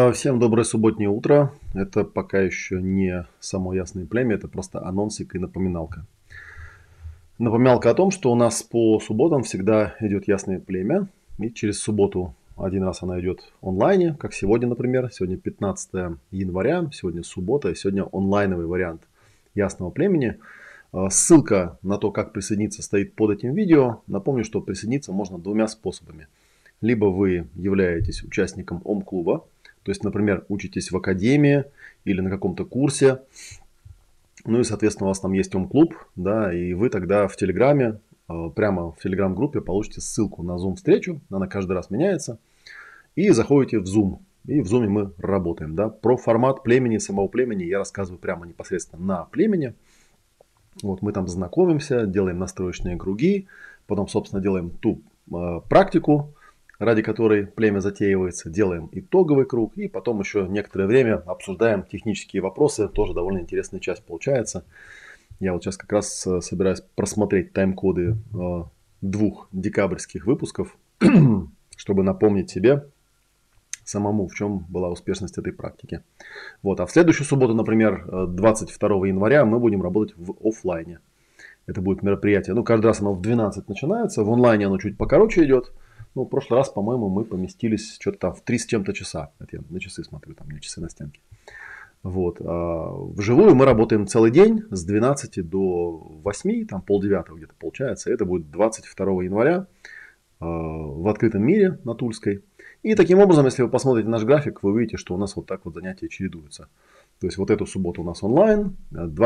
Всем доброе субботнее утро. Это пока еще не само Ясное Племя, это просто анонсик и напоминалка. Напоминалка о том, что у нас по субботам всегда идет Ясное Племя. И через субботу один раз она идет онлайне, как сегодня, например. Сегодня 15 января, сегодня суббота, и сегодня онлайновый вариант Ясного Племени. Ссылка на то, как присоединиться, стоит под этим видео. Напомню, что присоединиться можно двумя способами. Либо вы являетесь участником ОМ-клуба, то есть, например, учитесь в академии или на каком-то курсе, ну и, соответственно, у вас там есть ОМ-клуб, да, и вы тогда в Телеграме, прямо в Телеграм-группе получите ссылку на Zoom-встречу, она каждый раз меняется, и заходите в Zoom. И в Zoom мы работаем, да. Про формат племени, самого племени я рассказываю прямо непосредственно на племени. Вот мы там знакомимся, делаем настроечные круги, потом, собственно, делаем ту практику, ради которой племя затеивается, делаем итоговый круг и потом еще некоторое время обсуждаем технические вопросы. Тоже довольно интересная часть получается. Я вот сейчас как раз собираюсь просмотреть тайм-коды двух декабрьских выпусков, чтобы напомнить себе самому, в чем была успешность этой практики. Вот. А в следующую субботу, например, 22 января, мы будем работать в офлайне. Это будет мероприятие. Ну, каждый раз оно в 12 начинается. В онлайне оно чуть покороче идет. Ну, в прошлый раз, по-моему, мы поместились что-то там в 3 с чем-то часа. Это я на часы смотрю, там у меня часы на стенке. Вот. А вживую мы работаем целый день с 12 до 8, там полдевятого где-то получается. Это будет 22 января в открытом мире на Тульской. И таким образом, если вы посмотрите наш график, вы увидите, что у нас вот так вот занятия чередуются. То есть вот эту субботу у нас онлайн,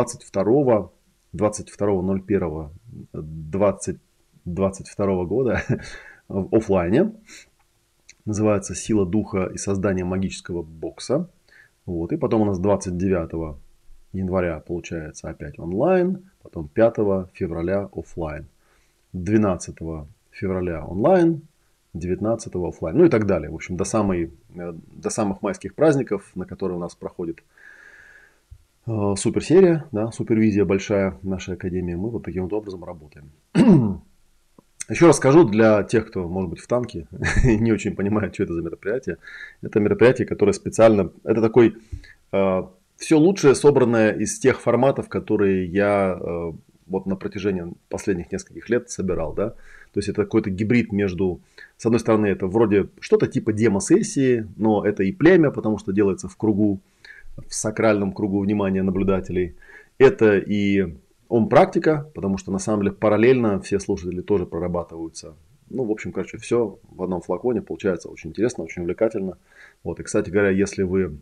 22.01.2022 года в офлайне. Называется «Сила духа и создание магического бокса». Вот. И потом у нас 29 января получается опять онлайн, потом 5 февраля офлайн, 12 февраля онлайн, 19 офлайн, ну и так далее. В общем, до самых майских праздников, на которые у нас проходит суперсерия, да, супервизия большая нашей академии, мы вот таким вот образом работаем. Еще раз скажу для тех, кто, может быть, в танке и не очень понимает, что это за мероприятие. Это мероприятие, которое специально... Это такой... все лучшее, собранное из тех форматов, которые я вот на протяжении последних нескольких лет собирал. Да? То есть это какой-то гибрид между... С одной стороны, это вроде что-то типа демо-сессии, но это и племя, потому что делается в кругу, в сакральном кругу внимания наблюдателей. Это и ом-практика, потому что на самом деле параллельно все слушатели тоже прорабатываются. Ну, в общем, короче, все в одном флаконе получается очень интересно, очень увлекательно. Вот, и, кстати говоря, если вы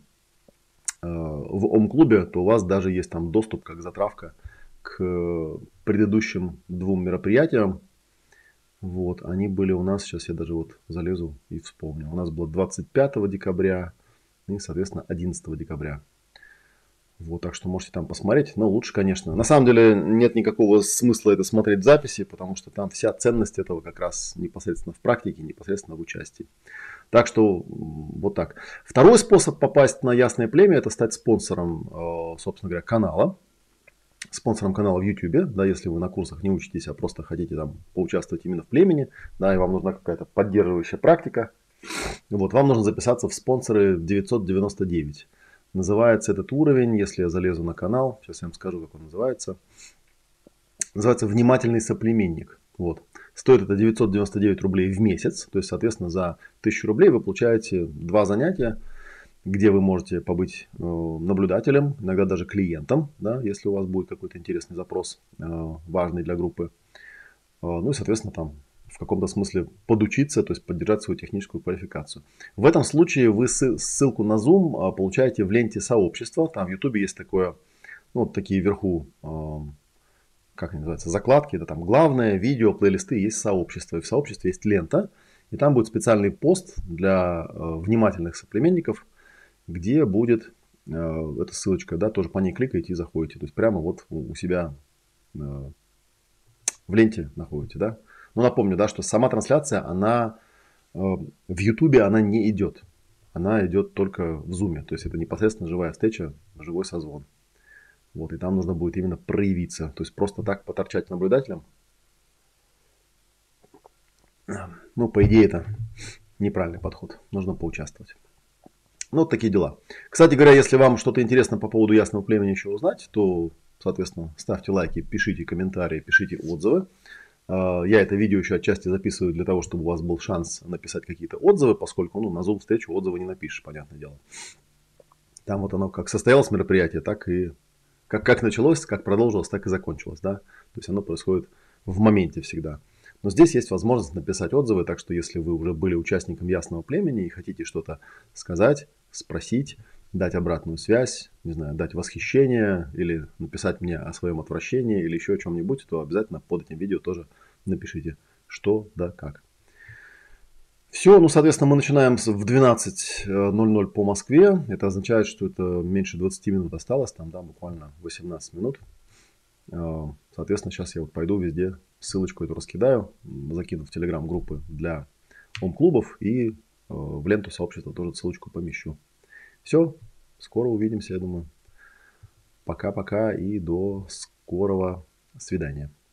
в ом-клубе, то у вас даже есть там доступ, как затравка, к предыдущим двум мероприятиям. Вот, они были у нас, сейчас я даже вот залезу и вспомню. У нас было 25 декабря и, соответственно, 11 декабря. Вот, так что можете там посмотреть. Но лучше, конечно. На самом деле нет никакого смысла это смотреть в записи, потому что там вся ценность этого как раз непосредственно в практике, непосредственно в участии. Так что вот так. Второй способ попасть на Ясное Племя — это стать спонсором, собственно говоря, канала. Спонсором канала в YouTube, да, если вы на курсах не учитесь, а просто хотите там поучаствовать именно в племени, да, и вам нужна какая-то поддерживающая практика. Вот, вам нужно записаться в спонсоры 999. Называется этот уровень, если я залезу на канал, сейчас я вам скажу, как он называется. Называется «Внимательный соплеменник». Вот. Стоит это 999 рублей в месяц. То есть, соответственно, за 1000 рублей вы получаете 2 занятия, где вы можете побыть наблюдателем, иногда даже клиентом, да, если у вас будет какой-то интересный запрос, важный для группы. Ну и, соответственно, там в каком-то смысле подучиться, то есть поддержать свою техническую квалификацию. В этом случае вы ссылку на Zoom получаете в ленте сообщества. Там в YouTube есть такое, ну, вот такие вверху, как они называются, закладки. Это там главное, видео, плейлисты, есть сообщество. И в сообществе есть лента. И там будет специальный пост для внимательных соплеменников, где будет эта ссылочка, да, тоже по ней кликаете и заходите. То есть прямо вот у себя в ленте находите, да. Но напомню, да, что сама трансляция, она в YouTube она не идет. Она идет только в Zoom. То есть это непосредственно живая встреча, живой созвон. Вот, и там нужно будет именно проявиться. То есть просто так поторчать наблюдателем. Ну, по идее, это неправильный подход. Нужно поучаствовать. Ну, вот такие дела. Кстати говоря, если вам что-то интересно по поводу Ясного Племени еще узнать, то, соответственно, ставьте лайки, пишите комментарии, пишите отзывы. Я это видео еще отчасти записываю для того, чтобы у вас был шанс написать какие-то отзывы, поскольку на Zoom встречу отзывы не напишешь, понятное дело. Там вот оно как состоялось мероприятие, так и как началось, как продолжилось, так и закончилось. Да? То есть оно происходит в моменте всегда. Но здесь есть возможность написать отзывы, так что если вы уже были участником Ясного Племени и хотите что-то сказать, спросить, дать обратную связь, не знаю, дать восхищение или написать мне о своем отвращении или еще о чем-нибудь, то обязательно под этим видео тоже напишите, что да как. Все, ну, соответственно, мы начинаем в 12:00 по Москве. Это означает, что это меньше 20 минут осталось, там, да, буквально 18 минут. Соответственно, сейчас я вот пойду везде ссылочку эту раскидаю, закину в телеграм-группы для ом-клубов и в ленту сообщества тоже ссылочку помещу. Все, скоро увидимся, я думаю. Пока-пока и до скорого свидания.